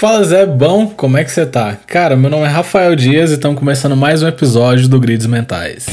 Fala Zé, bom? Como é que você tá? Cara, meu nome é Rafael Dias e estamos começando mais um episódio do Grids Mentais.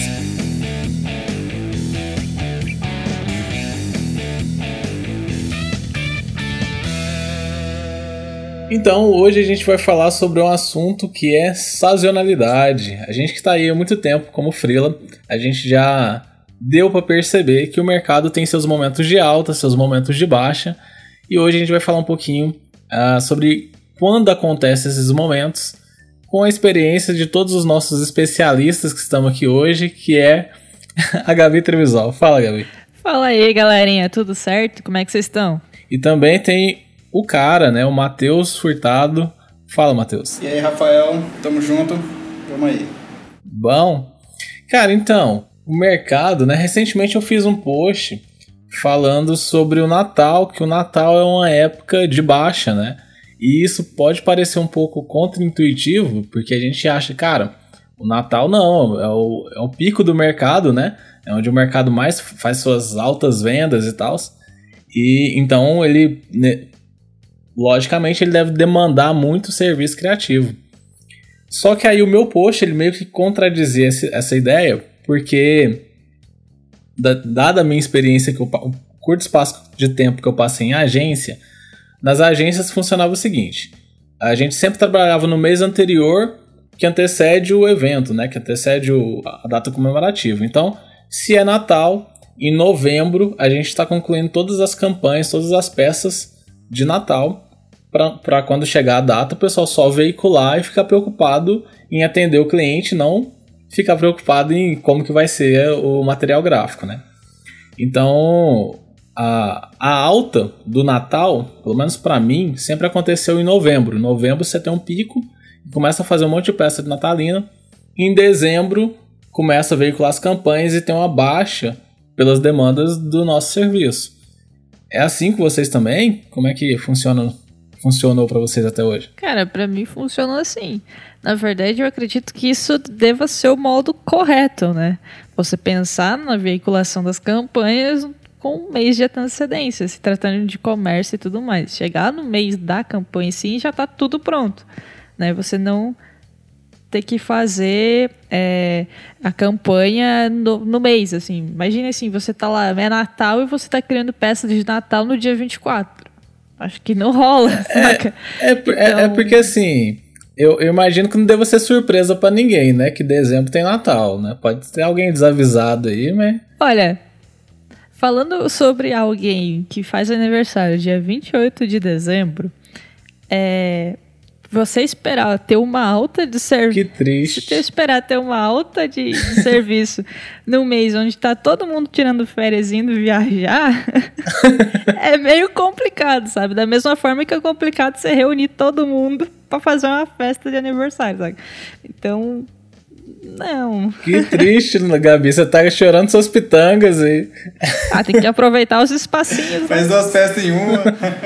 Então, hoje a gente vai falar sobre um assunto que é sazonalidade. A gente que está aí há muito tempo como freela, a gente já deu para perceber que o mercado tem seus momentos de alta, seus momentos de baixa, e hoje a gente vai falar um pouquinho sobre quando acontecem esses momentos, com a experiência de todos os nossos especialistas que estamos aqui hoje, que é a Gabi Trevisol. Fala, Gabi. Fala aí, galerinha, tudo certo? Como é que vocês estão? E também tem o cara, né, o Matheus Furtado. Fala, Matheus. E aí, Rafael, tamo junto, vamos aí. Bom, cara, então, o mercado, né, recentemente eu fiz um post falando sobre o Natal, que o Natal é uma época de baixa, né? E isso pode parecer um pouco contraintuitivo, porque a gente acha, cara, o Natal não, é o pico do mercado, né? É onde o mercado mais faz suas altas vendas e tal. E então ele, logicamente, ele deve demandar muito serviço criativo. Só que aí o meu post, ele meio que contradizia essa ideia, porque dada a minha experiência, o curto espaço de tempo que eu passei em agência, nas agências funcionava o seguinte: a gente sempre trabalhava no mês anterior que antecede o evento, né? Que antecede a data comemorativa. Então, se é Natal, em novembro a gente está concluindo todas as campanhas, todas as peças de Natal, para quando chegar a data o pessoal só veicular e ficar preocupado em atender o cliente, não ficar preocupado em como que vai ser o material gráfico, né? Então, a alta do Natal, pelo menos para mim, sempre aconteceu em novembro. Em novembro você tem um pico e começa a fazer um monte de peça de natalina. Em dezembro começa a veicular as campanhas e tem uma baixa pelas demandas do nosso serviço. É assim com vocês também? Como é que funcionou para vocês até hoje? Cara, pra mim funcionou assim. Na verdade, eu acredito que isso deva ser o modo correto, né? Você pensar na veiculação das campanhas com um mês de antecedência, se tratando de comércio e tudo mais. Chegar no mês da campanha sim, já tá tudo pronto, né? Você não ter que fazer a campanha no mês, assim. Imagina assim, você tá lá, é Natal e você tá criando peças de Natal no dia 24. Acho que não rola, saca? É porque assim, eu imagino que não deva ser surpresa pra ninguém, né? Que dezembro tem Natal, né? Pode ter alguém desavisado aí, mas... Olha, falando sobre alguém que faz aniversário dia 28 de dezembro, você esperar ter uma alta de serviço... Que triste. Você esperar ter uma alta de serviço no mês onde tá todo mundo tirando férias e indo viajar, é meio complicado, sabe? Da mesma forma que é complicado você reunir todo mundo pra fazer uma festa de aniversário, sabe? Então... Não. Que triste, Gabi. Você tá chorando suas pitangas aí. Tem que aproveitar os espacinhos. Faz 2 festas em uma.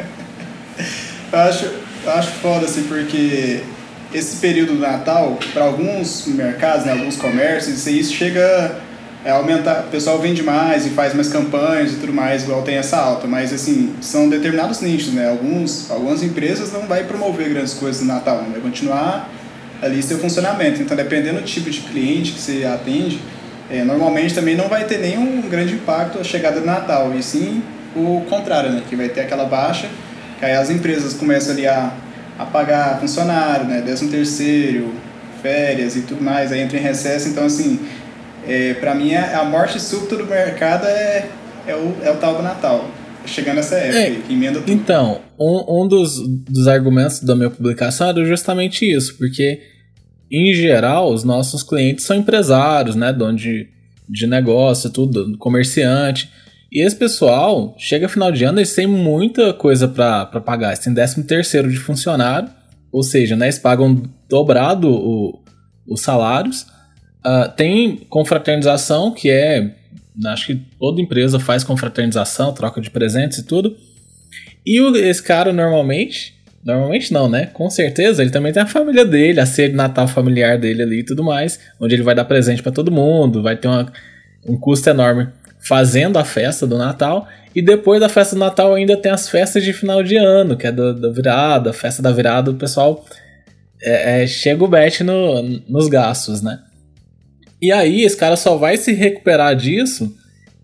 Eu acho foda, assim, porque esse período do Natal, para alguns mercados, né, alguns comércios, isso chega a aumentar. O pessoal vende mais e faz mais campanhas e tudo mais, igual tem essa alta. Mas, assim, são determinados nichos, né? Algumas empresas não vai promover grandes coisas no Natal, né? Vai continuar ali seu funcionamento. Então, dependendo do tipo de cliente que você atende, normalmente também não vai ter nenhum grande impacto a chegada do Natal, e sim o contrário, né? Que vai ter aquela baixa, que aí as empresas começam ali a pagar funcionário, né? 13º, férias e tudo mais, aí entra em recesso. Então, assim, para mim a morte súbita do mercado é o tal do Natal. Chegando nessa época, que emenda tudo. Então, um dos argumentos da minha publicação era justamente isso, porque em geral, os nossos clientes são empresários, né, dono de negócio, tudo, comerciante. E esse pessoal, chega final de ano, eles têm muita coisa para pagar. Eles têm 13º de funcionário, ou seja, né, eles pagam dobrado os salários. Tem confraternização, que acho que toda empresa faz confraternização, troca de presentes e tudo. E esse cara normalmente não, né? Com certeza, ele também tem a família dele, a ceia de Natal familiar dele ali e tudo mais, onde ele vai dar presente pra todo mundo, vai ter um custo enorme fazendo a festa do Natal. E depois da festa do Natal ainda tem as festas de final de ano, que é da virada, a festa da virada, o pessoal chega o bet nos gastos, né? E aí esse cara só vai se recuperar disso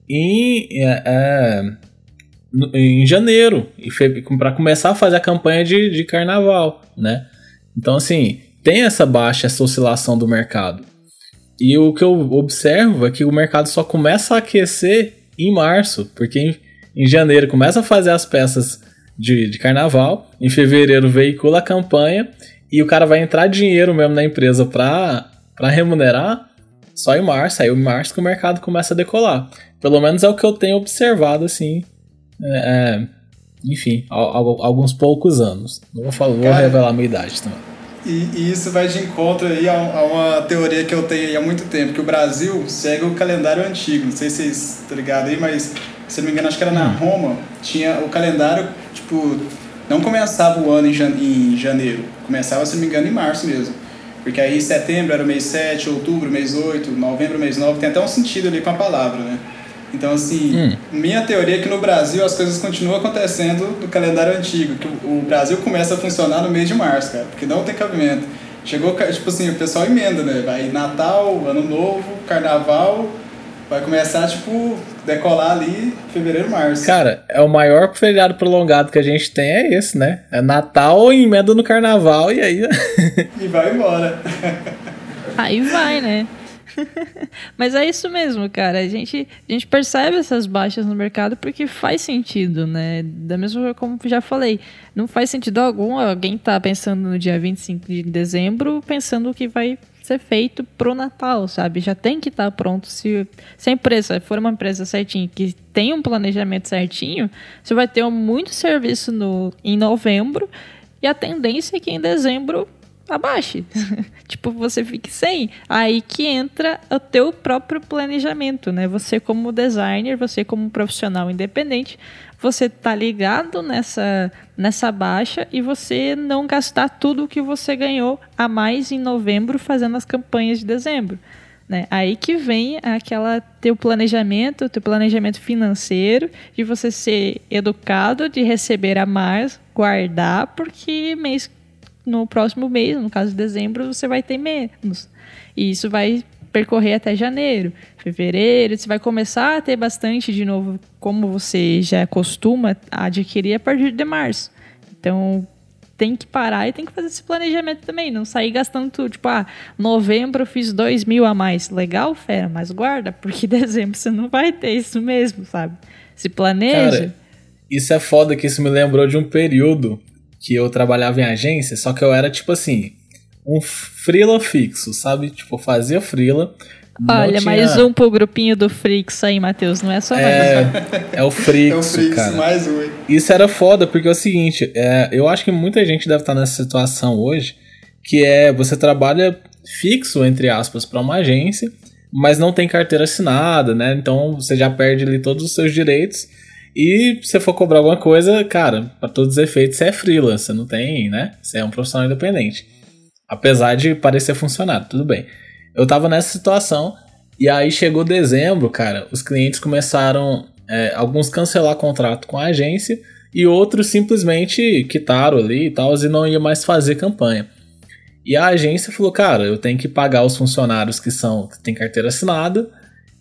em janeiro, para começar a fazer a campanha de carnaval, né? Então, assim, tem essa baixa, essa oscilação do mercado. E o que eu observo é que o mercado só começa a aquecer em março, porque em janeiro começa a fazer as peças de carnaval, em fevereiro veicula a campanha, e o cara vai entrar dinheiro mesmo na empresa para remunerar só em março. Aí em março que o mercado começa a decolar. Pelo menos é o que eu tenho observado, assim, enfim, alguns poucos anos. Não vou revelar a minha idade também. E isso vai de encontro aí a uma teoria que eu tenho aí há muito tempo, que o Brasil segue o calendário antigo. Não sei se vocês estão ligados aí, mas se não me engano, acho que era na Roma, tinha o calendário, tipo, não começava o ano em janeiro, começava, se não me engano, em março mesmo. Porque aí setembro era o mês 7, outubro, mês 8, novembro, mês 9, tem até um sentido ali com a palavra, né? Então, assim, minha teoria é que no Brasil as coisas continuam acontecendo do calendário antigo, que o Brasil começa a funcionar no mês de março, cara, porque não tem cabimento. Chegou, tipo assim, o pessoal emenda, né? Vai Natal, Ano Novo, Carnaval, vai começar, tipo, decolar ali fevereiro, março. Cara, o maior feriado prolongado que a gente tem é esse, né? É Natal e emenda no Carnaval e aí... E vai embora. Aí vai, né? Mas é isso mesmo, cara. A gente percebe essas baixas no mercado porque faz sentido, né? Da mesma forma como já falei, não faz sentido algum alguém tá pensando no dia 25 de dezembro pensando o que vai ser feito pro Natal, sabe? Já tem que estar pronto. Se a empresa for uma empresa certinha, que tem um planejamento certinho, você vai ter muito serviço em novembro e a tendência é que em dezembro abaixe. Tipo, você fique sem. Aí que entra o teu próprio planejamento, né? Você como designer, você como profissional independente, você tá ligado nessa baixa e você não gastar tudo o que você ganhou a mais em novembro fazendo as campanhas de dezembro, né? Aí que vem teu planejamento financeiro, de você ser educado, de receber a mais, guardar, porque no próximo mês, no caso de dezembro, você vai ter menos. E isso vai percorrer até janeiro, fevereiro, você vai começar a ter bastante de novo, como você já costuma adquirir a partir de março. Então, tem que parar e tem que fazer esse planejamento também, não sair gastando tudo. Tipo, novembro eu fiz 2.000 a mais. Legal, fera, mas guarda, porque dezembro você não vai ter isso mesmo, sabe? Se planeja. Cara, isso é foda, que isso me lembrou de um período que eu trabalhava em agência, só que eu era, tipo assim, um freela fixo, sabe? Tipo, eu fazia freela. Olha, mais um pro grupinho do Frix aí, Matheus, não é só mais. É o Frix, cara. Mais um. Isso era foda, porque é o seguinte, eu acho que muita gente deve estar nessa situação hoje, que você trabalha fixo, entre aspas, para uma agência, mas não tem carteira assinada, né? Então você já perde ali todos os seus direitos. E se você for cobrar alguma coisa, cara, para todos os efeitos, você é freela, você não tem, né? Você é um profissional independente. Apesar de parecer funcionário, tudo bem. Eu tava nessa situação, e aí chegou dezembro, cara, os clientes começaram, alguns cancelar contrato com a agência, e outros simplesmente quitaram ali e tal, e não ia mais fazer campanha. E a agência falou, cara, eu tenho que pagar os funcionários que têm carteira assinada,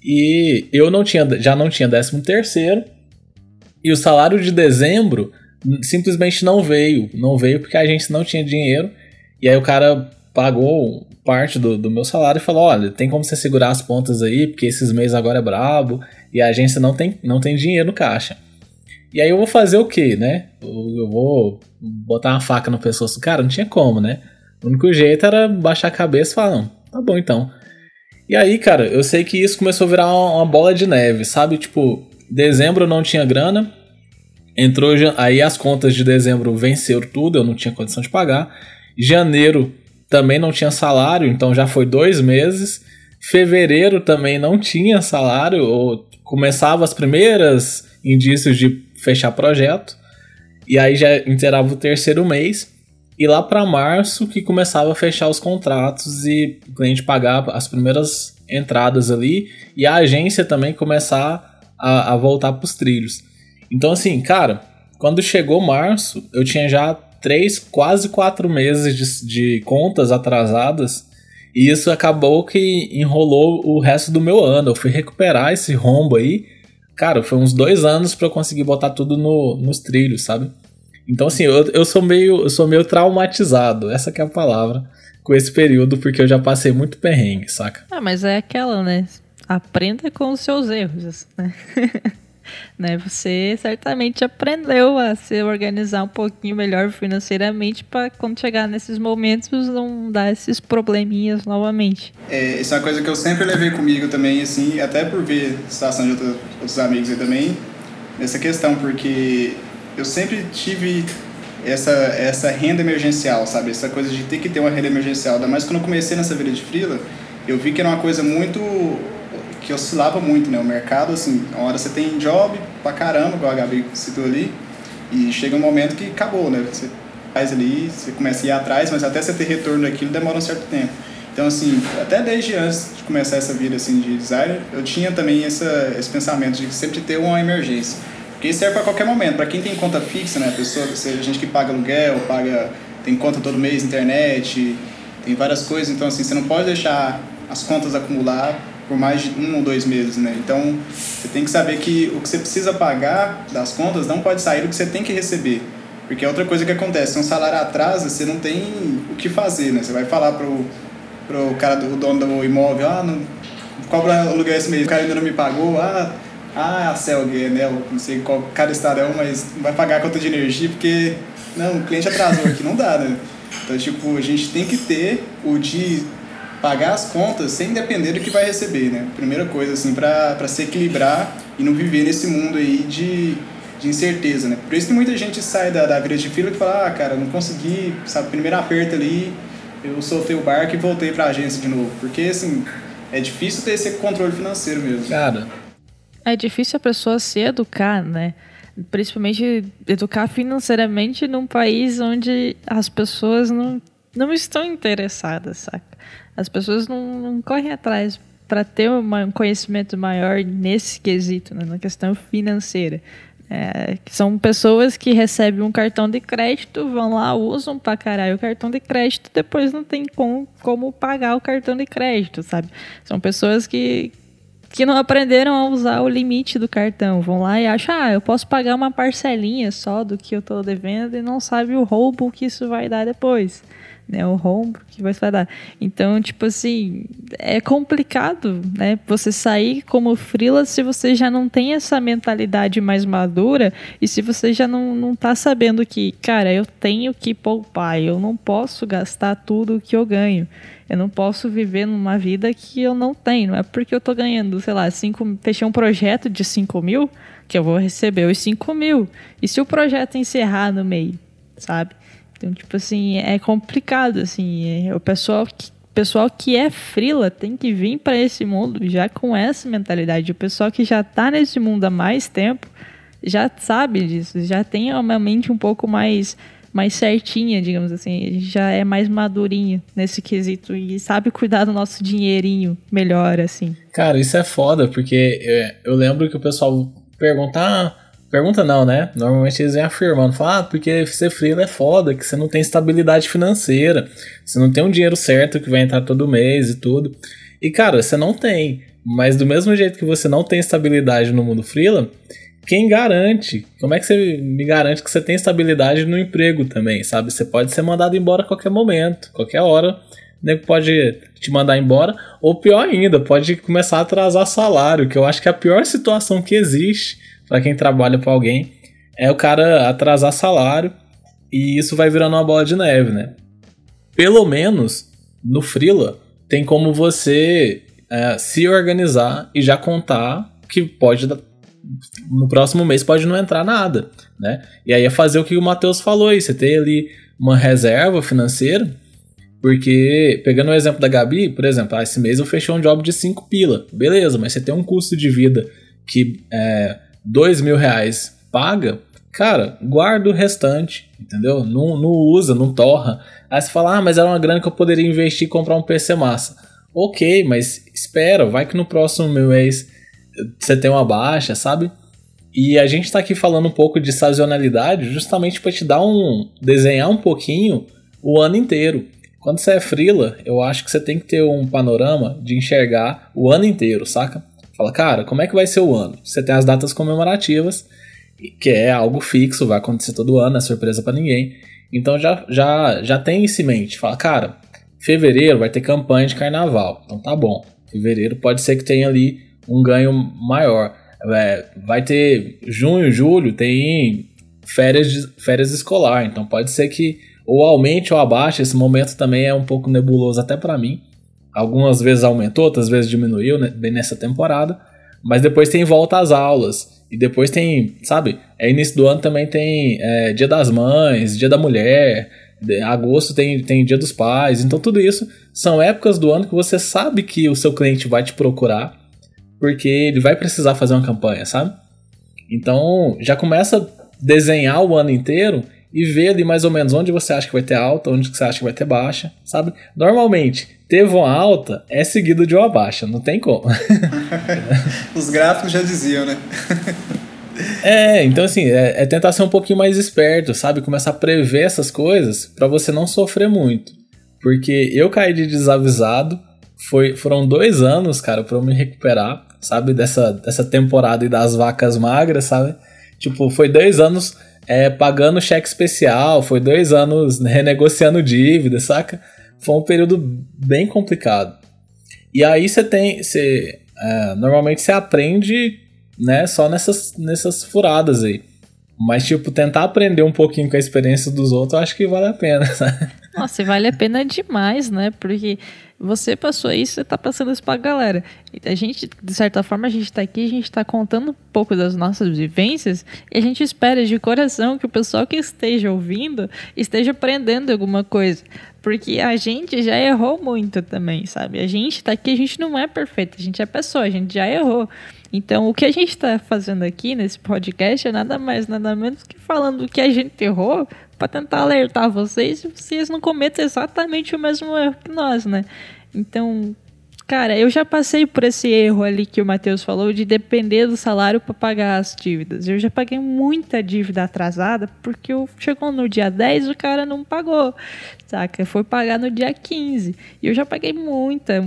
e eu já não tinha 13º, e o salário de dezembro simplesmente não veio porque a agência não tinha dinheiro, e aí o cara pagou parte do meu salário e falou, olha, tem como você segurar as pontas aí, porque esses meses agora é brabo, e a agência não tem dinheiro no caixa. E aí eu vou fazer o quê, né? Eu vou botar uma faca no pescoço do cara? Não tinha como, né? O único jeito era baixar a cabeça e falar, não, tá bom então. E aí, cara, eu sei que isso começou a virar uma bola de neve, sabe? Tipo, dezembro eu não tinha grana, aí as contas de dezembro venceram tudo, eu não tinha condição de pagar. Janeiro também não tinha salário, então já foi 2 meses. Fevereiro também não tinha salário, ou começava as primeiras indícios de fechar projeto, e aí já inteirava o 3º mês. E lá para março que começava a fechar os contratos e o cliente pagar as primeiras entradas ali, e a agência também começar a voltar pros trilhos. Então assim, cara, quando chegou março, eu tinha já 3, quase 4 meses de contas atrasadas, e isso acabou que enrolou o resto do meu ano. Eu fui recuperar esse rombo aí, cara, foi uns 2 anos pra eu conseguir botar tudo nos trilhos, sabe? Então assim, eu sou meio traumatizado, essa que é a palavra, com esse período, porque eu já passei muito perrengue, saca? Mas é aquela, né? Aprenda com os seus erros, né? Né? Você certamente aprendeu a se organizar um pouquinho melhor financeiramente para quando chegar nesses momentos não dar esses probleminhas novamente. Isso é uma coisa que eu sempre levei comigo também, assim, até por ver a situação de outros amigos aí também, nessa questão, porque eu sempre tive essa renda emergencial, sabe? Essa coisa de ter que ter uma renda emergencial. Ainda mais quando eu comecei nessa vida de freela, eu vi que era uma coisa muito... que oscilava muito, né? O mercado, assim, uma hora você tem job pra caramba, igual a Gabi citou ali, e chega um momento que acabou, né? Você faz ali, você começa a ir atrás, mas até você ter retorno daquilo demora um certo tempo. Então, assim, até desde antes de começar essa vida, assim, de designer, eu tinha também esse pensamento de sempre ter uma emergência. Porque isso serve para qualquer momento. Para quem tem conta fixa, né? A gente que paga aluguel, tem conta todo mês, internet, tem várias coisas. Então, assim, você não pode deixar as contas acumular por mais de 1 ou 2 meses, né? Então, você tem que saber que o que você precisa pagar das contas não pode sair do que você tem que receber. Porque é outra coisa que acontece. Se um salário atrasa, você não tem o que fazer, né? Você vai falar pro cara, o dono do imóvel, não cobra aluguel esse mês, o cara ainda não me pagou, a Celg, né? Não sei qual cada estado é, mas não vai pagar a conta de energia porque, não, o cliente atrasou aqui, não dá, né? Então, tipo, a gente tem que ter o de pagar as contas sem depender do que vai receber, né? Primeira coisa, assim, pra se equilibrar e não viver nesse mundo aí de incerteza, né? Por isso que muita gente sai da vida de freela e fala, cara, não consegui, sabe, primeiro aperto ali, eu soltei o barco e voltei pra agência de novo. Porque, assim, é difícil ter esse controle financeiro mesmo. Cara... É difícil a pessoa se educar, né? Principalmente educar financeiramente num país onde as pessoas não estão interessadas, saca? As pessoas não correm atrás para ter um conhecimento maior nesse quesito, né? Na questão financeira. São pessoas que recebem um cartão de crédito, vão lá, usam pra caralho o cartão de crédito, depois não tem como pagar o cartão de crédito, sabe? São pessoas que não aprenderam a usar o limite do cartão. Vão lá e acham, eu posso pagar uma parcelinha só do que eu tô devendo e não sabe o roubo que isso vai dar depois. Né? O rombo que vai dar. Então, tipo assim, é complicado, né? Você sair como freela se você já não tem essa mentalidade mais madura e se você já não tá sabendo que, cara, eu tenho que poupar, eu não posso gastar tudo que eu ganho. Eu não posso viver numa vida que eu não tenho. Não é porque eu tô ganhando, sei lá, fechei um projeto de 5 mil que eu vou receber os 5 mil. E se o projeto encerrar no meio, sabe? Então, tipo assim, é complicado, assim. O pessoal que é freela tem que vir para esse mundo já com essa mentalidade. O pessoal que já tá nesse mundo há mais tempo já sabe disso, já tem uma mente um pouco mais certinha, digamos assim, já é mais madurinho nesse quesito e sabe cuidar do nosso dinheirinho melhor, assim. Cara, isso é foda, porque eu lembro que o pessoal pergunta não, né? Normalmente eles vêm afirmando, falam, porque ser freela é foda, que você não tem estabilidade financeira, você não tem um dinheiro certo que vai entrar todo mês e tudo. E, cara, você não tem, mas do mesmo jeito que você não tem estabilidade no mundo freela, quem garante? Como é que você me garante que você tem estabilidade no emprego também, sabe? Você pode ser mandado embora a qualquer momento, qualquer hora, o nego pode te mandar embora, ou pior ainda, pode começar a atrasar salário, que eu acho que a pior situação que existe para quem trabalha para alguém é o cara atrasar salário, e isso vai virando uma bola de neve, né? Pelo menos no freela tem como você se organizar e já contar que no próximo mês pode não entrar nada, né? E aí é fazer o que o Matheus falou aí, você ter ali uma reserva financeira, porque, pegando o exemplo da Gabi, por exemplo, esse mês eu fechei um job de 5 pila, beleza, mas você tem um custo de vida que é R$2.000 paga, cara, guarda o restante, entendeu? Não usa, não torra. Aí você fala, mas era uma grana que eu poderia investir e comprar um PC massa. Ok, mas espera, vai que no próximo mês você tem uma baixa, sabe? E a gente tá aqui falando um pouco de sazonalidade justamente para te dar desenhar um pouquinho o ano inteiro. Quando você é freela, eu acho que você tem que ter um panorama de enxergar o ano inteiro, saca? Fala, cara, como é que vai ser o ano? Você tem as datas comemorativas, que é algo fixo, vai acontecer todo ano, não é surpresa pra ninguém. Então já tem isso em mente. Fala, cara, fevereiro vai ter campanha de carnaval, então tá bom. Fevereiro pode ser que tenha ali um ganho maior. Vai ter junho, julho, tem férias escolar, então pode ser que ou aumente ou abaixe. Esse momento também é um pouco nebuloso até pra mim. Algumas vezes aumentou, outras vezes diminuiu, né, bem nessa temporada. Mas depois tem volta às aulas. E depois tem, sabe, início do ano também tem Dia das Mães, Dia da Mulher, agosto tem Dia dos Pais. Então tudo isso são épocas do ano que você sabe que o seu cliente vai te procurar, porque ele vai precisar fazer uma campanha, sabe? Então já começa a desenhar o ano inteiro e ver ali mais ou menos onde você acha que vai ter alta, onde você acha que vai ter baixa, sabe? Normalmente, teve uma alta é seguido de uma baixa, não tem como. Os gráficos já diziam, né? Então assim, é tentar ser um pouquinho mais esperto, sabe? Começar a prever essas coisas pra você não sofrer muito. Porque eu caí de desavisado, foram 2 anos, cara, pra eu me recuperar, sabe? Dessa temporada e das vacas magras, sabe? Tipo, foi 2 anos pagando cheque especial, foi 2 anos renegociando dívida, saca? Foi um período bem complicado. E aí normalmente você aprende, né, só nessas furadas aí. Mas, tipo, tentar aprender um pouquinho com a experiência dos outros, eu acho que vale a pena, sabe? Nossa, e vale a pena demais, né? Porque você passou isso, você tá passando isso pra galera. A gente, de certa forma, a gente tá aqui, a gente tá contando um pouco das nossas vivências e a gente espera de coração que o pessoal que esteja ouvindo esteja aprendendo alguma coisa. Porque a gente já errou muito também, sabe? A gente tá aqui, a gente não é perfeito, a gente é pessoa, a gente já errou. Então, o que a gente está fazendo aqui nesse podcast é nada mais, nada menos que falando o que a gente errou para tentar alertar vocês e vocês não cometam exatamente o mesmo erro que nós, né? Então, cara, eu já passei por esse erro ali que o Matheus falou de depender do salário para pagar as dívidas. Eu já paguei muita dívida atrasada porque chegou no dia 10 o cara não pagou, saca? Foi pagar no dia 15. E eu já paguei muita,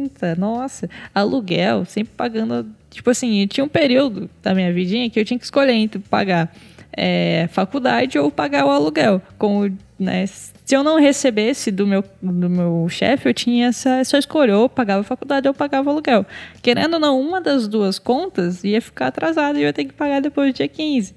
nossa, aluguel, sempre pagando. Tipo assim, tinha um período da minha vidinha que eu tinha que escolher entre pagar faculdade ou pagar o aluguel. Né, se eu não recebesse do meu chefe, eu tinha essa escolha, ou pagava a faculdade ou pagava o aluguel. Querendo ou não, uma das duas contas ia ficar atrasada e eu ia ter que pagar depois do dia 15.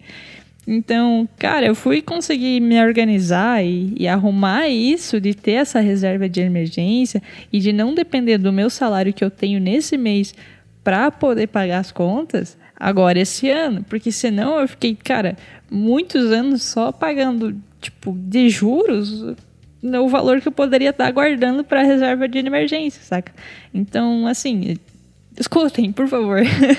Então, cara, eu fui conseguir me organizar e arrumar isso, de ter essa reserva de emergência e de não depender do meu salário que eu tenho nesse mês para poder pagar as contas agora esse ano, porque senão eu fiquei, cara, muitos anos só pagando, tipo, de juros o valor que eu poderia estar guardando para reserva de emergência, saca? Então, assim, escutem, por favor.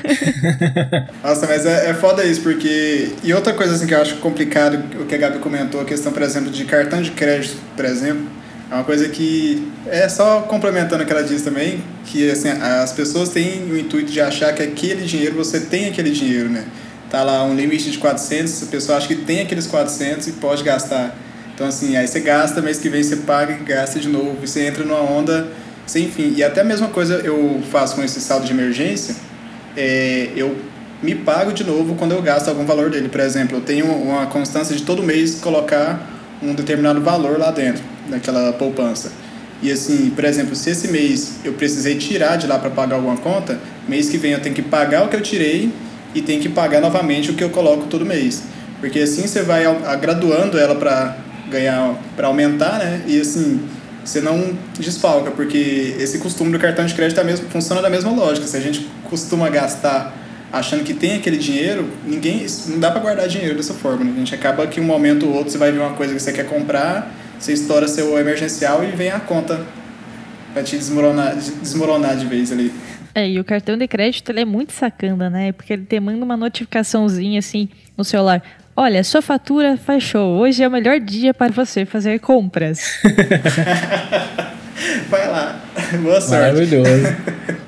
Nossa, mas é foda isso, porque... E outra coisa assim que eu acho complicado, o que a Gabi comentou, a questão, por exemplo, de cartão de crédito, por exemplo, é uma coisa que, só complementando o que ela disse também, que assim, as pessoas têm o intuito de achar que aquele dinheiro, você tem aquele dinheiro, né? Tá lá um limite de 400, a pessoa acha que tem aqueles 400 e pode gastar. Então assim, aí você gasta, mês que vem você paga e gasta de novo, e você entra numa onda sem fim. E até a mesma coisa eu faço com esse saldo de emergência, eu me pago de novo quando eu gasto algum valor dele. Por exemplo, eu tenho uma constância de todo mês colocar um determinado valor lá dentro, daquela poupança. E assim, por exemplo, se esse mês eu precisei tirar de lá para pagar alguma conta, mês que vem eu tenho que pagar o que eu tirei e tenho que pagar novamente o que eu coloco todo mês. Porque assim você vai graduando ela para ganhar, para aumentar, né? E assim, você não desfalca, porque esse costume do cartão de crédito funciona da mesma lógica. Se a gente costuma gastar achando que tem aquele dinheiro, não dá para guardar dinheiro dessa forma, né? A gente acaba que um momento ou outro você vai ver uma coisa que você quer comprar, você estoura seu emergencial e vem a conta para te desmoronar de vez ali. E o cartão de crédito ele é muito sacana, né? Porque ele te manda uma notificaçãozinha assim no celular. Olha, sua fatura fechou. Hoje é o melhor dia para você fazer compras. Vai lá. Boa sorte. Maravilhoso.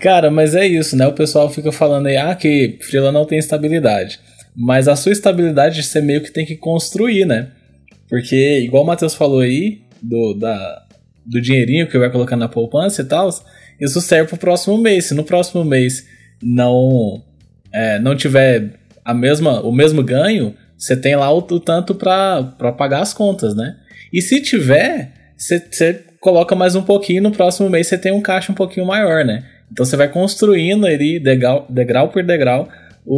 Cara, mas é isso, né? O pessoal fica falando aí, que freela não tem estabilidade. Mas a sua estabilidade você meio que tem que construir, né? Porque, igual o Matheus falou aí, do dinheirinho que vai colocando na poupança e tal, isso serve pro próximo mês. Se no próximo mês não tiver o mesmo ganho, você tem lá o tanto pra pagar as contas, né? E se tiver, você coloca mais um pouquinho, no próximo mês você tem um caixa um pouquinho maior, né? Então você vai construindo ali, degrau por degrau,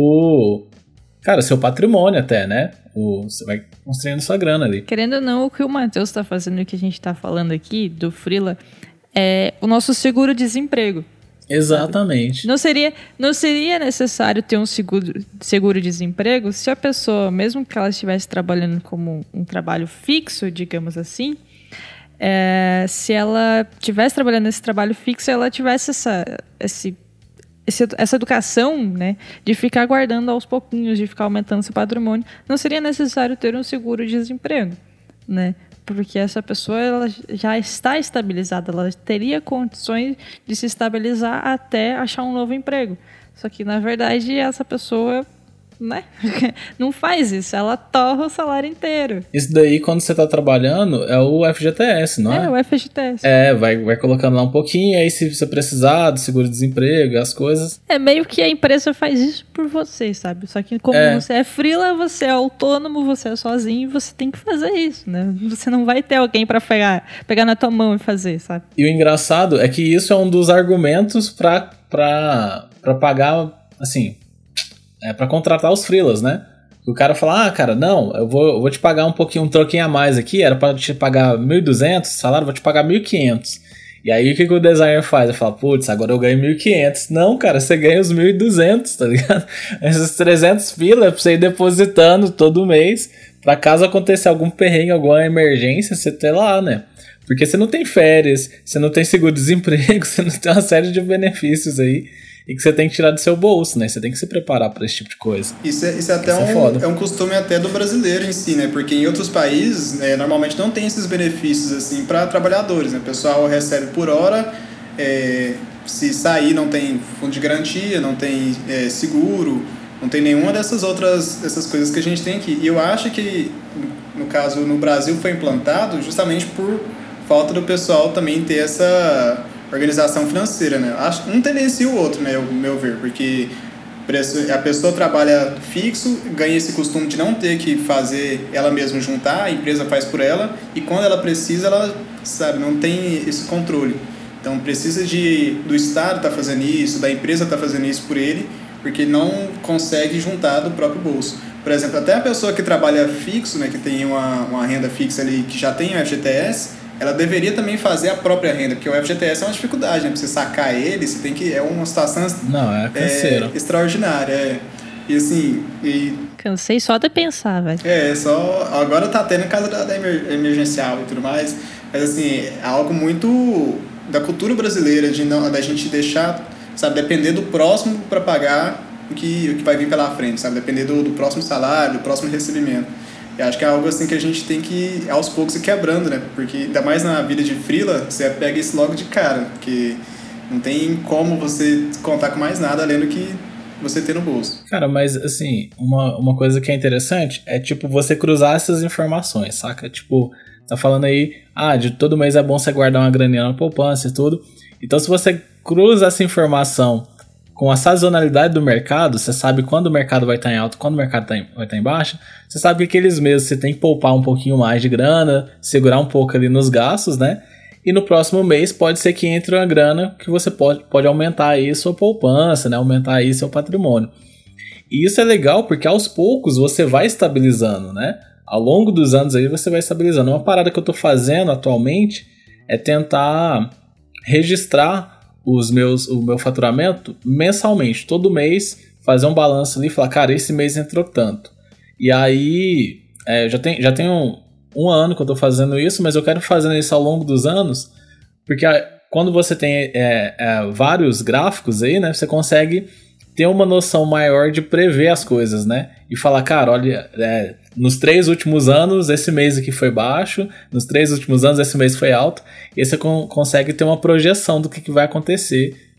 seu patrimônio até, né? Você vai construindo sua grana ali. Querendo ou não, o que o Matheus está fazendo e o que a gente está falando aqui do freela é o nosso seguro-desemprego. Exatamente. Não seria necessário ter um seguro-desemprego se a pessoa, mesmo que ela estivesse trabalhando como um trabalho fixo, digamos assim, se ela estivesse trabalhando nesse trabalho fixo, ela tivesse essa educação, né, de ficar guardando aos pouquinhos, de ficar aumentando seu patrimônio, não seria necessário ter um seguro-desemprego, né? Porque essa pessoa ela já está estabilizada, ela teria condições de se estabilizar até achar um novo emprego. Só que, na verdade, essa pessoa, né, não faz isso, ela torra o salário inteiro. Isso daí, quando você tá trabalhando, é o FGTS, não é? É, o FGTS. Vai colocando lá um pouquinho, aí se você precisar do seguro-desemprego, as coisas... É meio que a empresa faz isso por você, sabe? Só que como você é freela, você é autônomo, você é sozinho, você tem que fazer isso, né? Você não vai ter alguém pra pegar na tua mão e fazer, sabe? E o engraçado é que isso é um dos argumentos pra pagar, assim... pra contratar os freelas, né? O cara fala, cara, não, eu vou te pagar um troquinho a mais aqui, era pra te pagar 1.200, salário, vou te pagar 1.500. E aí o que o designer faz? Ele fala, putz, agora eu ganho 1.500. Não, cara, você ganha os 1.200, tá ligado? Esses 300 freela é pra você ir depositando todo mês, pra caso acontecer algum perrengue, alguma emergência, você ter lá, né? Porque você não tem férias, você não tem seguro-desemprego, você não tem uma série de benefícios aí, e que você tem que tirar do seu bolso, né? Você tem que se preparar para esse tipo de coisa. Isso é até um costume até do brasileiro em si, né? Porque em outros países, normalmente não tem esses benefícios assim para trabalhadores, né? O pessoal recebe por hora, se sair não tem fundo de garantia, não tem seguro, não tem nenhuma dessas coisas que a gente tem aqui. E eu acho que, no caso, no Brasil foi implantado justamente por falta do pessoal também ter essa organização financeira, né? Um tendencia o outro, né? Ao meu ver, porque a pessoa trabalha fixo, ganha esse costume de não ter que fazer ela mesma juntar, a empresa faz por ela, e quando ela precisa, ela, sabe, não tem esse controle. Então precisa do Estado estar fazendo isso, da empresa estar fazendo isso por ele, porque não consegue juntar do próprio bolso. Por exemplo, até a pessoa que trabalha fixo, né, que tem uma renda fixa ali, que já tem o FGTS, ela deveria também fazer a própria renda, porque o FGTS é uma dificuldade, né? Pra você sacar ele, você tem que... É uma situação extraordinária. E assim... Cansei só de pensar, velho. Agora tá tendo casa da emergencial e tudo mais, mas assim, é algo muito da cultura brasileira, da gente deixar, sabe, depender do próximo para pagar o que vai vir pela frente, sabe? Depender do próximo salário, do próximo recebimento. Eu acho que é algo assim que a gente tem que, aos poucos, ir quebrando, né? Porque, ainda mais na vida de freela, você pega isso logo de cara. Porque não tem como você contar com mais nada além do que você ter no bolso. Cara, mas, assim, uma coisa que é interessante é, tipo, você cruzar essas informações, saca? Tipo, tá falando aí, de todo mês é bom você guardar uma graninha na poupança e tudo. Então, se você cruza essa informação com a sazonalidade do mercado, você sabe quando o mercado vai estar em alta, quando o mercado vai estar em baixa, você sabe que aqueles meses você tem que poupar um pouquinho mais de grana, segurar um pouco ali nos gastos, né? E no próximo mês pode ser que entre uma grana que você pode aumentar aí sua poupança, né? Aumentar aí seu patrimônio. E isso é legal porque aos poucos você vai estabilizando, né? Ao longo dos anos aí você vai estabilizando. Uma parada que eu tô fazendo atualmente é tentar registrar o meu faturamento mensalmente, todo mês fazer um balanço ali e falar, cara, esse mês entrou tanto. E aí, já tenho um ano que eu tô fazendo isso, mas eu quero fazendo isso ao longo dos anos, porque quando você tem vários gráficos aí, né, você consegue ter uma noção maior de prever as coisas, né? E falar, cara, olha, nos 3 últimos anos esse mês aqui foi baixo, nos 3 últimos anos esse mês foi alto, e aí você consegue ter uma projeção do que vai acontecer, né?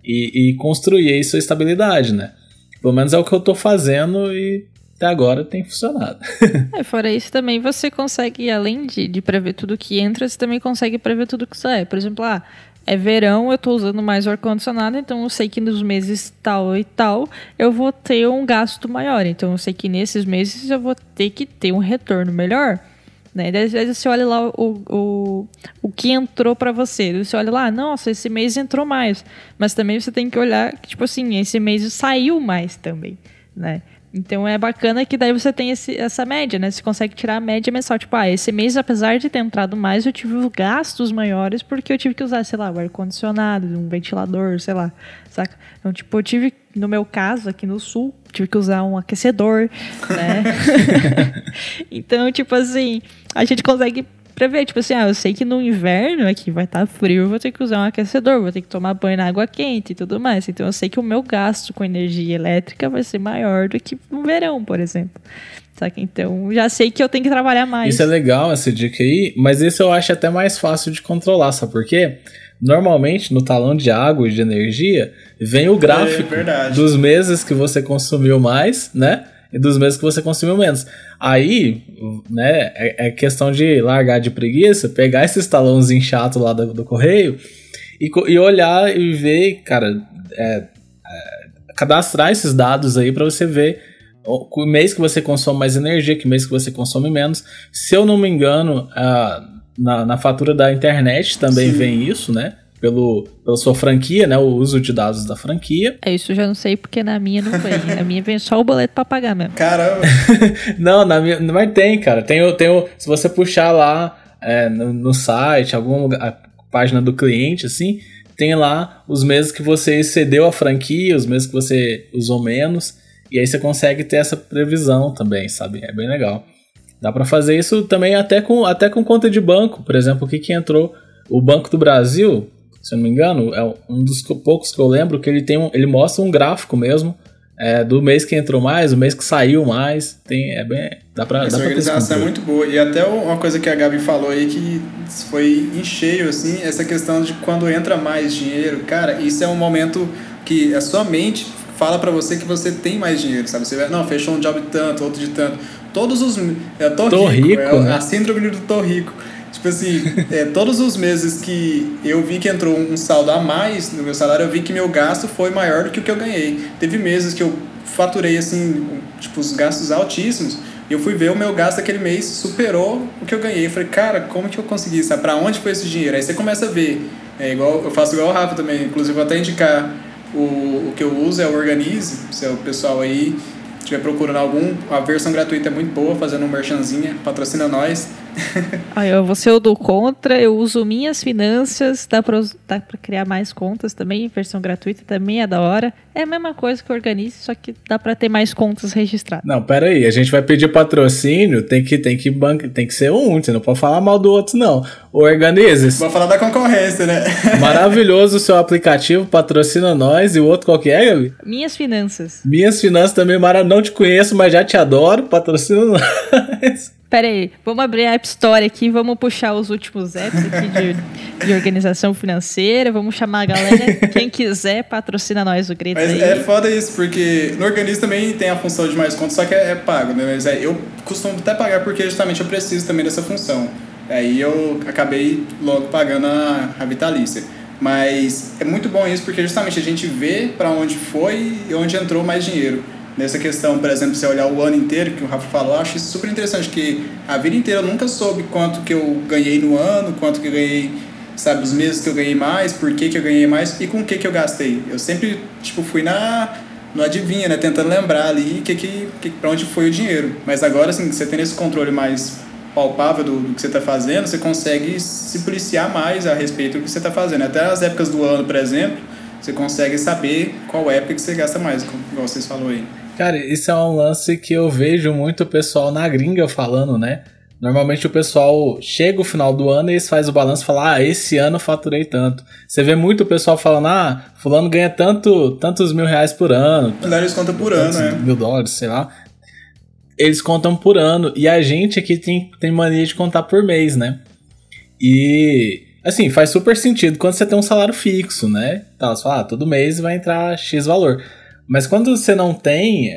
E construir aí sua estabilidade, né? Pelo menos é o que eu tô fazendo e até agora tem funcionado. Fora isso também você consegue, além de prever tudo que entra, você também consegue prever tudo que sai. Por exemplo, é verão, eu tô usando mais o ar-condicionado, então eu sei que nos meses tal e tal eu vou ter um gasto maior. Então eu sei que nesses meses eu vou ter que ter um retorno melhor. Né? Às vezes você olha lá o que entrou pra você. Você olha lá, nossa, esse mês entrou mais. Mas também você tem que olhar que, tipo assim, esse mês saiu mais também, né? Então é bacana que daí você tem essa média, né? Você consegue tirar a média mensal. Tipo, esse mês, apesar de ter entrado mais, eu tive gastos maiores porque eu tive que usar, sei lá, o ar-condicionado, um ventilador, sei lá, saca? Então, tipo, eu tive, no meu caso, aqui no sul, tive que usar um aquecedor, né? Então, tipo assim, a gente consegue prever, tipo assim, eu sei que no inverno aqui vai estar frio, eu vou ter que usar um aquecedor, vou ter que tomar banho na água quente e tudo mais. Então eu sei que o meu gasto com energia elétrica vai ser maior do que no verão, por exemplo. Saca? Então já sei que eu tenho que trabalhar mais. Isso é legal, essa dica aí, mas isso eu acho até mais fácil de controlar, sabe por quê? Normalmente no talão de água e de energia vem o gráfico dos meses que você consumiu mais, né? E dos meses que você consumiu menos. Aí, né, é questão de largar de preguiça, pegar esses talãozinhos chatos lá do correio e olhar e ver, cara, cadastrar esses dados aí pra você ver o mês que você consome mais energia, que mês que você consome menos. Se eu não me engano, na fatura da internet também vem isso, né? Pela sua franquia, né? O uso de dados da franquia. Isso eu já não sei porque na minha não vem. Na minha vem só o boleto pra pagar mesmo. Caramba! Não, na minha, mas tem, cara. Tem se você puxar lá no site, a página do cliente, assim, tem lá os meses que você excedeu a franquia, os meses que você usou menos. E aí você consegue ter essa previsão também, sabe? É bem legal. Dá pra fazer isso também até com conta de banco. Por exemplo, o que entrou? O Banco do Brasil, se eu não me engano, é um dos poucos que eu lembro que ele mostra um gráfico mesmo do mês que entrou mais, o mês que saiu mais. Dá pra essa organização é muito boa. E até uma coisa que a Gabi falou aí que foi em cheio, assim, essa questão de quando entra mais dinheiro. Cara, isso é um momento que a sua mente fala pra você que você tem mais dinheiro, sabe? Você vai, não, fechou um job de tanto, outro de tanto. Todos os... Eu tô rico, né? A síndrome do tô rico. Tipo assim, todos os meses que eu vi que entrou um saldo a mais no meu salário, eu vi que meu gasto foi maior do que o que eu ganhei. Teve meses que eu faturei, assim, tipo, os gastos altíssimos, e eu fui ver o meu gasto aquele mês superou o que eu ganhei. Eu falei, cara, como que eu consegui? Sabe? Pra onde foi esse dinheiro? Aí você começa a ver. Eu faço igual o Rafa também. Inclusive, vou até indicar o que eu uso, é o Organize. Se o pessoal aí estiver procurando a versão gratuita é muito boa, fazendo um merchanzinha, patrocina nós. Eu vou ser o do contra, eu uso Minhas Finanças, dá pra criar mais contas também, versão gratuita também é da hora. É a mesma coisa que o Organize, só que dá pra ter mais contas registradas. Não, pera aí, a gente vai pedir patrocínio, tem que ser um, você não pode falar mal do outro não. O Organize. Vou falar da concorrência, né? Maravilhoso o seu aplicativo, patrocina nós, e o outro qual que é, Gabi? Minhas Finanças. Minhas Finanças também, não te conheço, mas já te adoro, patrocina nós. Pera aí, vamos abrir a App Store aqui, vamos puxar os últimos apps aqui de organização financeira, vamos chamar a galera, quem quiser, patrocina nós o grito aí. Mas é foda isso, porque no Organize também tem a função de mais contas, só que é pago, né? Mas eu costumo até pagar porque justamente eu preciso também dessa função. Aí eu acabei logo pagando a vitalícia. Mas é muito bom isso porque justamente a gente vê para onde foi e onde entrou mais dinheiro. Nessa questão, por exemplo, você olhar o ano inteiro, que o Rafa falou, eu acho isso super interessante, que a vida inteira eu nunca soube quanto que eu ganhei no ano, quanto que eu ganhei, sabe, os meses que eu ganhei mais, por que eu ganhei mais e com o que eu gastei. Eu sempre, tipo, fui no adivinha, né, tentando lembrar ali pra onde foi o dinheiro. Mas agora, assim, você tendo esse controle mais palpável do que você está fazendo, você consegue se policiar mais a respeito do que você está fazendo. Até as épocas do ano, por exemplo, você consegue saber qual época que você gasta mais, igual vocês falaram aí. Cara, isso é um lance que eu vejo muito o pessoal na gringa falando, né? Normalmente o pessoal chega o final do ano e eles fazem o balanço e falam, esse ano eu faturei tanto. Você vê muito o pessoal falando, fulano ganha tantos R$1.000 por ano. Eles contam por ano, né? $1.000, sei lá. Eles contam por ano. E a gente aqui tem mania de contar por mês, né? E assim, faz super sentido quando você tem um salário fixo, né? Então, você fala, todo mês vai entrar X valor. Mas quando você não tem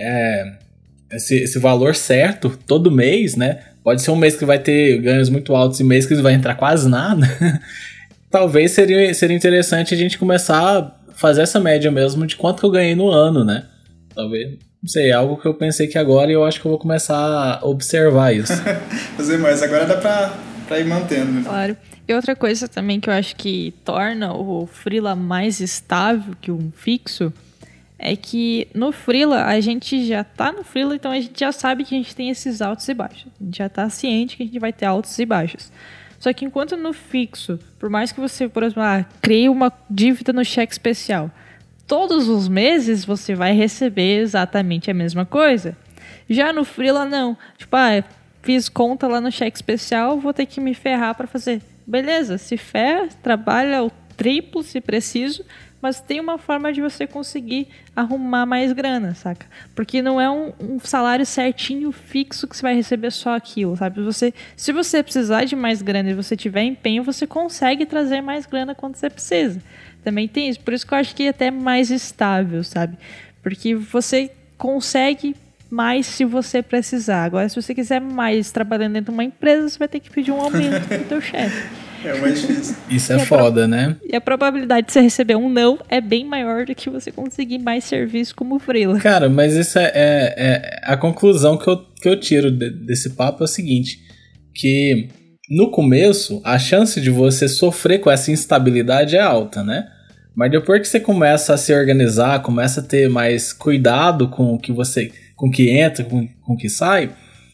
esse valor certo todo mês, né? Pode ser um mês que vai ter ganhos muito altos e mês que vai entrar quase nada. Talvez seria interessante a gente começar a fazer essa média mesmo de quanto que eu ganhei no ano, né? Talvez, não sei, é algo que eu pensei que agora eu acho que eu vou começar a observar isso. Fazer mais, agora dá pra ir mantendo, né? Claro. E outra coisa também que eu acho que torna o freela mais estável que um fixo é que no freela a gente já tá no freela, então a gente já sabe que a gente tem esses altos e baixos. A gente já tá ciente que a gente vai ter altos e baixos. Só que enquanto no fixo, por mais que você, por exemplo, crie uma dívida no cheque especial, todos os meses você vai receber exatamente a mesma coisa. Já no freela, não. Tipo, fiz conta lá no cheque especial, vou ter que me ferrar para fazer. Beleza, se ferra, trabalha o triplo se preciso, mas tem uma forma de você conseguir arrumar mais grana, saca? Porque não é um salário certinho, fixo, que você vai receber só aquilo, sabe? Se você precisar de mais grana e você tiver empenho, você consegue trazer mais grana quando você precisa. Também tem isso. Por isso que eu acho que é até mais estável, sabe? Porque você consegue mais se você precisar. Agora, se você quiser mais trabalhando dentro de uma empresa, você vai ter que pedir um aumento pro teu chefe. É mais difícil. Isso é foda, né? E a probabilidade de você receber um não é bem maior do que você conseguir mais serviço como freela. Cara, mas isso é a conclusão que eu tiro desse papo é o seguinte, que no começo, a chance de você sofrer com essa instabilidade é alta, né? Mas depois que você começa a se organizar, começa a ter mais cuidado com o que você, com o que entra, com o que sai,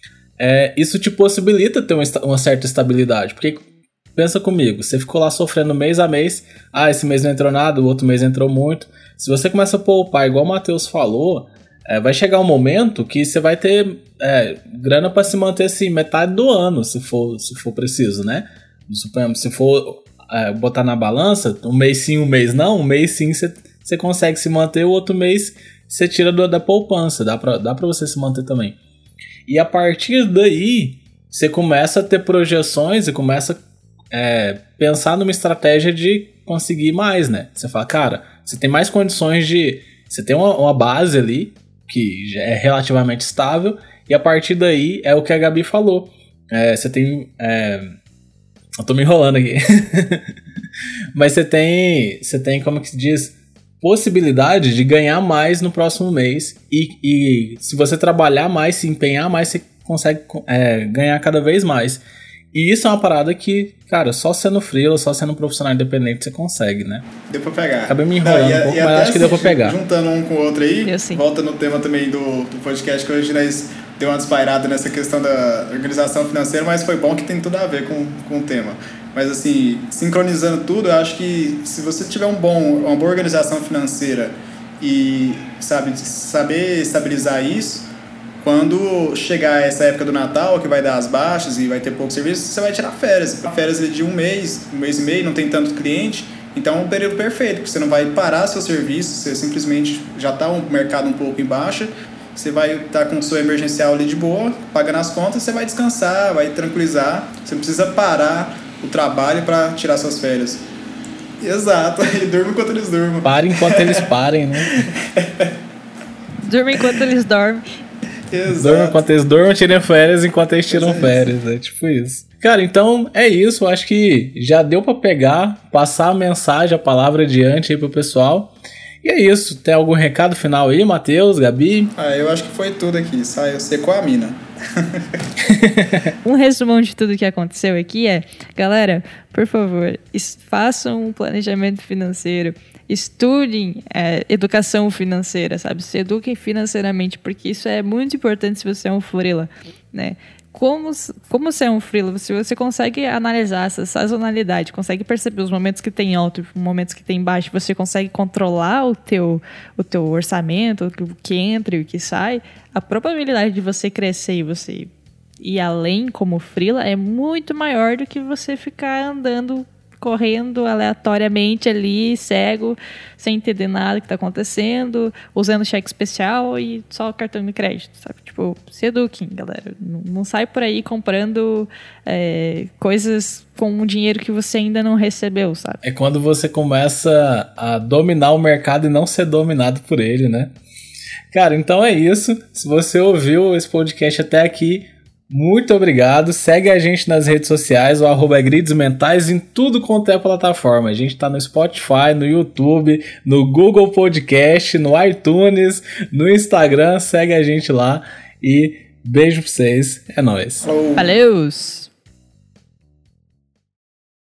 isso te possibilita ter uma certa estabilidade. Porque, pensa comigo, você ficou lá sofrendo mês a mês, esse mês não entrou nada, o outro mês entrou muito. Se você começa a poupar, igual o Matheus falou, vai chegar um momento que você vai ter grana para se manter assim, metade do ano, se for preciso, né? Se for botar na balança, um mês sim, um mês não, um mês sim você consegue se manter, o outro mês você tira da poupança, dá pra você se manter também. E a partir daí, você começa a ter projeções e começa a pensar numa estratégia de conseguir mais, né? Você fala, cara, você tem mais condições de... Você tem uma base ali, que já é relativamente estável, e a partir daí é o que a Gabi falou. Você tem... eu tô me enrolando aqui. Mas você tem, como que se diz, possibilidade de ganhar mais no próximo mês. E se você trabalhar mais, se empenhar mais, você consegue ganhar cada vez mais. E isso é uma parada que, cara, só sendo freela, só sendo um profissional independente você consegue, né? Deu pra pegar. Acabei me enrolando um pouco, mas acho que deu pra pegar. Juntando um com o outro aí, Sim. volta no tema também do podcast, que hoje nós deu uma despairada nessa questão da organização financeira, mas foi bom que tem tudo a ver com o tema. Mas assim, sincronizando tudo, eu acho que se você tiver uma boa organização financeira e saber estabilizar isso, quando chegar essa época do Natal, que vai dar as baixas e vai ter pouco serviço, você vai tirar férias. Férias de um mês e meio, não tem tanto cliente, então é um período perfeito, porque você não vai parar seu serviço, você simplesmente já está um mercado um pouco em baixa, você vai estar com o seu emergencial ali de boa, pagando as contas, você vai descansar, vai tranquilizar, você não precisa parar o trabalho para tirar suas férias. Exato, e durma enquanto eles durmam. Para enquanto eles parem, né? Durma enquanto eles dormem. Exato. Dormam enquanto eles dormem, tirem férias enquanto eles tiram férias. É tipo isso. Cara, então é isso. Acho que já deu pra pegar, passar a mensagem, a palavra adiante aí pro pessoal. E é isso. Tem algum recado final aí, Matheus, Gabi? Eu acho que foi tudo aqui. Secou a mina. Um resumão de tudo que aconteceu aqui galera, por favor, façam um planejamento financeiro, estudem educação financeira, sabe? Se eduquem financeiramente, porque isso é muito importante se você é um freela, né? Como você é um freela, você consegue analisar essa sazonalidade, consegue perceber os momentos que tem alto e os momentos que tem baixo, você consegue controlar o teu orçamento, o que entra e o que sai, a probabilidade de você crescer e você ir além como freela é muito maior do que você ficar andando correndo aleatoriamente ali, cego, sem entender nada que tá acontecendo, usando cheque especial e só cartão de crédito, sabe? Tipo, se eduquem, galera. Não sai por aí comprando coisas com um dinheiro que você ainda não recebeu, sabe? É quando você começa a dominar o mercado e não ser dominado por ele, né? Cara, então é isso. Se você ouviu esse podcast até aqui, muito obrigado. Segue a gente nas redes sociais, o @gridosmentais, em tudo quanto é plataforma. A gente tá no Spotify, no YouTube, no Google Podcast, no iTunes, no Instagram. Segue a gente lá e beijo pra vocês. É nóis. Valeu!